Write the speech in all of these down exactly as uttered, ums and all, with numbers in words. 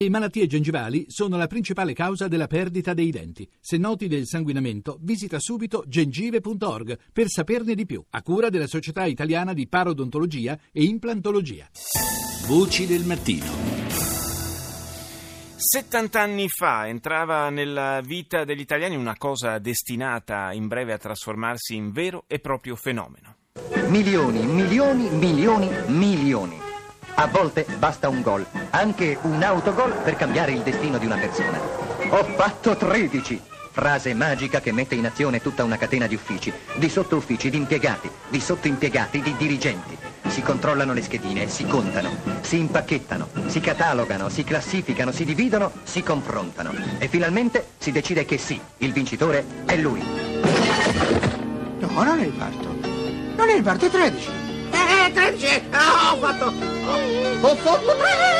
Le malattie gengivali sono la principale causa della perdita dei denti. Se noti del sanguinamento, visita subito gengive punto org per saperne di più, a cura della Società Italiana di Parodontologia e Implantologia. Voci del mattino. settanta anni fa entrava nella vita degli italiani una cosa destinata in breve a trasformarsi in vero e proprio fenomeno. Milioni, milioni, milioni, milioni. A volte basta un gol, anche un autogol per cambiare il destino di una persona. Ho fatto tredici! Frase magica che mette in azione tutta una catena di uffici, di sottouffici, di impiegati, di sottoimpiegati, di dirigenti. Si controllano le schedine, si contano, si impacchettano, si catalogano, si classificano, si dividono, si confrontano. E finalmente si decide che sì, il vincitore è lui. No, non è il parto. Non è il parto, è tredici. Eh, tredici! Ah, ho fatto... Ho, ho fatto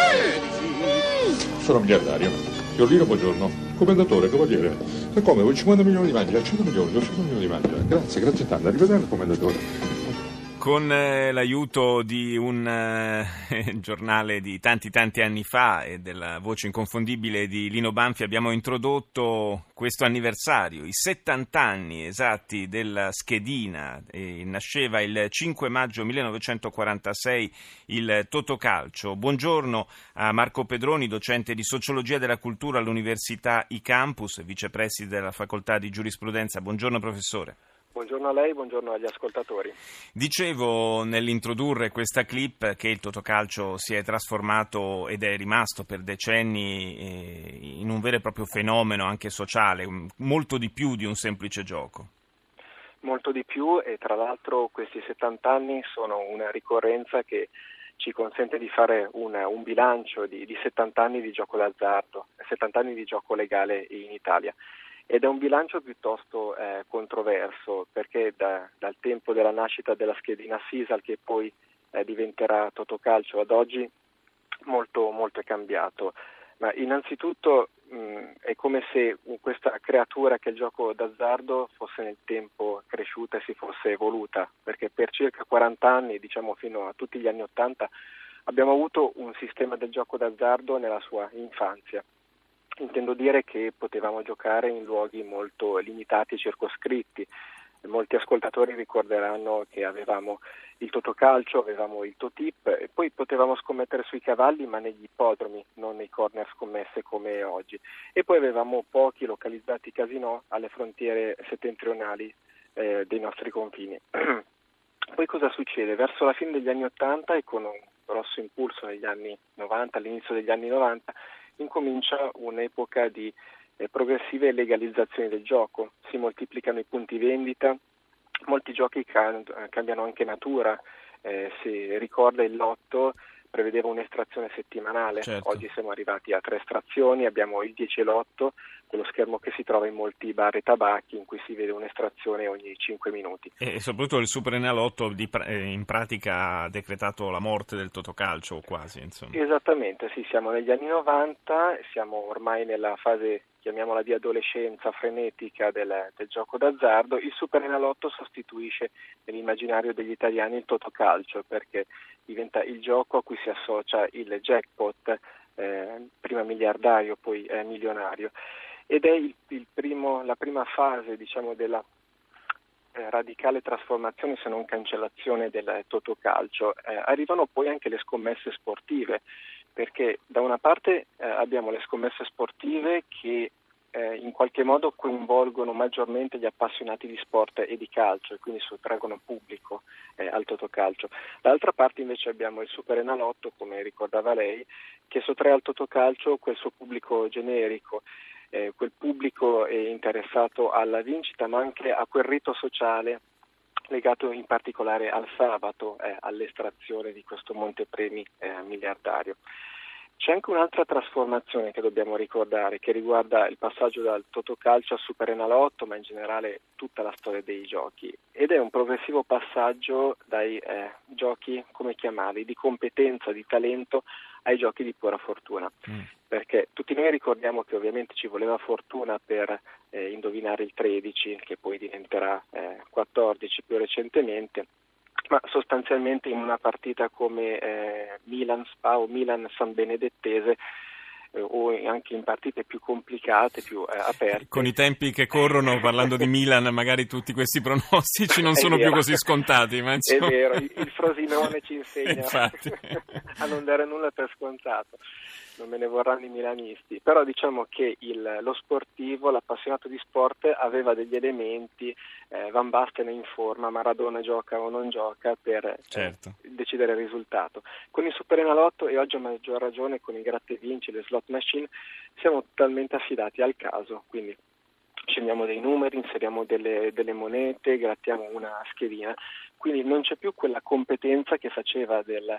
tredici! Sono miliardario. Fiorlino, buongiorno. Commendatore, cavaliere. E come? Vuoi cinquanta milioni di mangia? cento milioni, duecento milioni di mangia. Grazie, grazie tanto. Arrivederci, commendatore. Con eh, l'aiuto di un eh, giornale di tanti tanti anni fa e della voce inconfondibile di Lino Banfi abbiamo introdotto questo anniversario, i settanta anni esatti della schedina. E nasceva il cinque maggio millenovecentoquarantasei il Totocalcio. Buongiorno a Marco Pedroni, docente di Sociologia della Cultura all'Università iCampus, vicepreside della Facoltà di Giurisprudenza. Buongiorno professore. Buongiorno a lei, buongiorno agli ascoltatori. Dicevo nell'introdurre questa clip che il Totocalcio si è trasformato ed è rimasto per decenni in un vero e proprio fenomeno anche sociale, molto di più di un semplice gioco. Molto di più, e tra l'altro questi settanta anni sono una ricorrenza che ci consente di fare un, un bilancio di, di settanta anni di gioco d'azzardo, settanta anni di gioco legale in Italia. Ed è un bilancio piuttosto eh, controverso, perché da, dal tempo della nascita della schedina Sisal, che poi eh, diventerà Totocalcio, ad oggi molto, molto è cambiato. Ma innanzitutto mh, è come se questa creatura che è il gioco d'azzardo fosse nel tempo cresciuta e si fosse evoluta, perché per circa quaranta anni, diciamo fino a tutti gli anni ottanta, abbiamo avuto un sistema del gioco d'azzardo nella sua infanzia. Intendo dire che potevamo giocare in luoghi molto limitati e circoscritti. Molti ascoltatori ricorderanno che avevamo il Totocalcio, avevamo il Totip e poi potevamo scommettere sui cavalli ma negli ippodromi, non nei corner scommesse come oggi. E poi avevamo pochi localizzati casinò alle frontiere settentrionali eh, dei nostri confini. Poi cosa succede? Verso la fine degli anni ottanta e con un grosso impulso negli anni novanta, all'inizio degli anni novanta, incomincia un'epoca di eh, progressive legalizzazioni del gioco, si moltiplicano i punti vendita, molti giochi can- cambiano anche natura, eh, si ricorda il lotto prevedeva un'estrazione settimanale, certo. Oggi siamo arrivati a tre estrazioni, abbiamo il dieci lotto, quello schermo che si trova in molti bar e tabacchi in cui si vede un'estrazione ogni cinque minuti. E soprattutto il Super Enalotto di, in pratica ha decretato la morte del Totocalcio, o quasi, insomma. Esattamente, sì, siamo negli anni novanta, siamo ormai nella fase, chiamiamola di adolescenza frenetica del, del gioco d'azzardo. Il Super Enalotto sostituisce nell'immaginario degli italiani il Totocalcio, perché diventa il gioco a cui si associa il jackpot, eh, prima miliardario, poi eh, milionario. Ed è il, il primo, la prima fase, diciamo, della eh, radicale trasformazione, se non cancellazione, del Totocalcio. Eh, arrivano poi anche le scommesse sportive, perché da una parte eh, abbiamo le scommesse sportive che eh, in qualche modo coinvolgono maggiormente gli appassionati di sport e di calcio e quindi sottraggono pubblico eh, al Totocalcio. Dall'altra parte invece abbiamo il Super Enalotto, come ricordava lei, che sottrae al Totocalcio quel suo pubblico generico, eh, quel pubblico è interessato alla vincita ma anche a quel rito sociale legato in particolare al sabato, eh, all'estrazione di questo montepremi eh, miliardario. C'è anche un'altra trasformazione che dobbiamo ricordare, che riguarda il passaggio dal Totocalcio al Super Enalotto, ma in generale tutta la storia dei giochi, ed è un progressivo passaggio dai eh, giochi, come chiamarli, di competenza, di talento, ai giochi di pura fortuna, mm. perché tutti noi ricordiamo che ovviamente ci voleva fortuna per eh, indovinare il tredici, che poi diventerà eh, quattordici più recentemente, ma sostanzialmente in una partita come eh, Milan-Spa o Milan-San Benedettese eh, o anche in partite più complicate, più eh, aperte. Con i tempi che corrono, parlando di Milan, magari tutti questi pronostici non sono più così scontati. Ma insomma... È vero, il Frosinone ci insegna a non dare nulla per scontato. Non me ne vorranno i milanisti, però diciamo che il, lo sportivo, l'appassionato di sport aveva degli elementi, eh, Van Basten è in forma, Maradona gioca o non gioca per certo. eh, decidere il risultato. Con il Superenalotto e oggi a maggior ragione con i gratta e vinci, le slot machine, siamo totalmente affidati al caso, quindi scegliamo dei numeri, inseriamo delle, delle monete, grattiamo una schedina, quindi non c'è più quella competenza che faceva del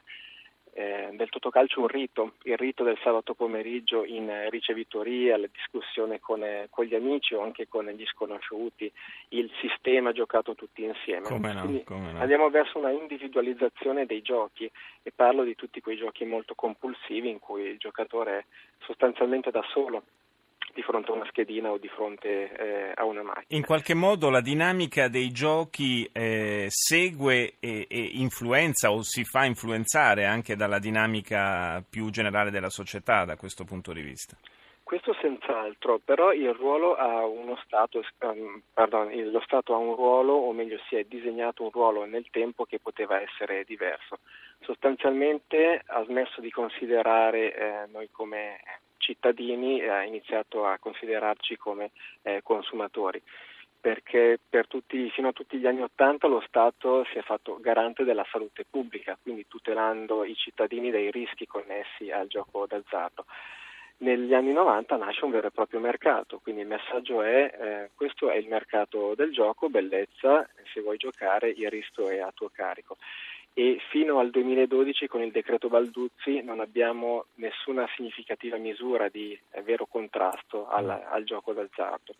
Eh, del Totocalcio un rito, il rito del sabato pomeriggio in eh, ricevitoria, la discussione con, eh, con gli amici o anche con gli sconosciuti, il sistema giocato tutti insieme. Come no, come no. Andiamo verso una individualizzazione dei giochi e parlo di tutti quei giochi molto compulsivi in cui il giocatore è sostanzialmente da solo di fronte a una schedina o di fronte eh, a una macchina. In qualche modo la dinamica dei giochi eh, segue e, e influenza o si fa influenzare anche dalla dinamica più generale della società da questo punto di vista? Questo senz'altro, però il ruolo ha uno stato, um, pardon, il, lo Stato ha un ruolo, o meglio si è disegnato un ruolo nel tempo che poteva essere diverso. Sostanzialmente ha smesso di considerare eh, noi come cittadini e ha iniziato a considerarci come eh, consumatori, perché per tutti, fino a tutti gli anni Ottanta lo Stato si è fatto garante della salute pubblica, quindi tutelando i cittadini dai rischi connessi al gioco d'azzardo. Negli anni novanta nasce un vero e proprio mercato, quindi il messaggio è eh, questo è il mercato del gioco, bellezza, se vuoi giocare il rischio è a tuo carico. E fino al duemiladodici con il decreto Balduzzi non abbiamo nessuna significativa misura di eh, vero contrasto al, al gioco d'azzardo.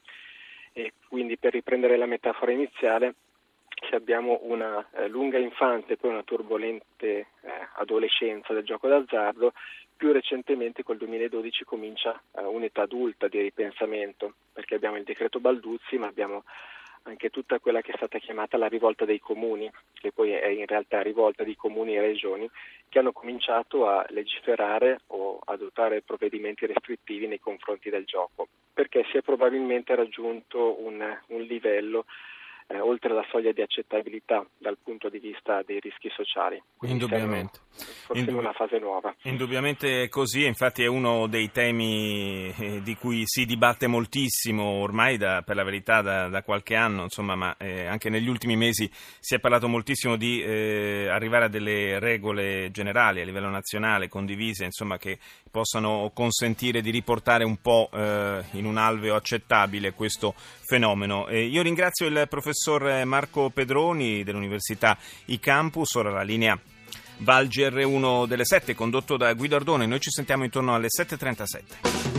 E quindi, per riprendere la metafora iniziale, se abbiamo una eh, lunga infanzia e poi una turbolente eh, adolescenza del gioco d'azzardo, più recentemente col duemiladodici comincia eh, un'età adulta di ripensamento, perché abbiamo il decreto Balduzzi, ma abbiamo anche tutta quella che è stata chiamata la rivolta dei comuni, che poi è in realtà rivolta di comuni e regioni, che hanno cominciato a legiferare o adottare provvedimenti restrittivi nei confronti del gioco, perché si è probabilmente raggiunto un, un livello eh, oltre la soglia di accettabilità dal punto di vista dei rischi sociali. Quindi indubbiamente. Forse Indub- in una fase nuova. Indubbiamente è così, infatti è uno dei temi eh, di cui si dibatte moltissimo ormai, da, per la verità da, da qualche anno, insomma, ma eh, anche negli ultimi mesi si è parlato moltissimo di eh, arrivare a delle regole generali a livello nazionale, condivise, insomma, che possano consentire di riportare un po' eh, in un alveo accettabile questo fenomeno. Eh, io ringrazio il professor Marco Pedroni dell'Università iCampus. Ora la linea va al G R uno delle sette, condotto da Guido Ardone. Noi ci sentiamo intorno alle sette e trentasette.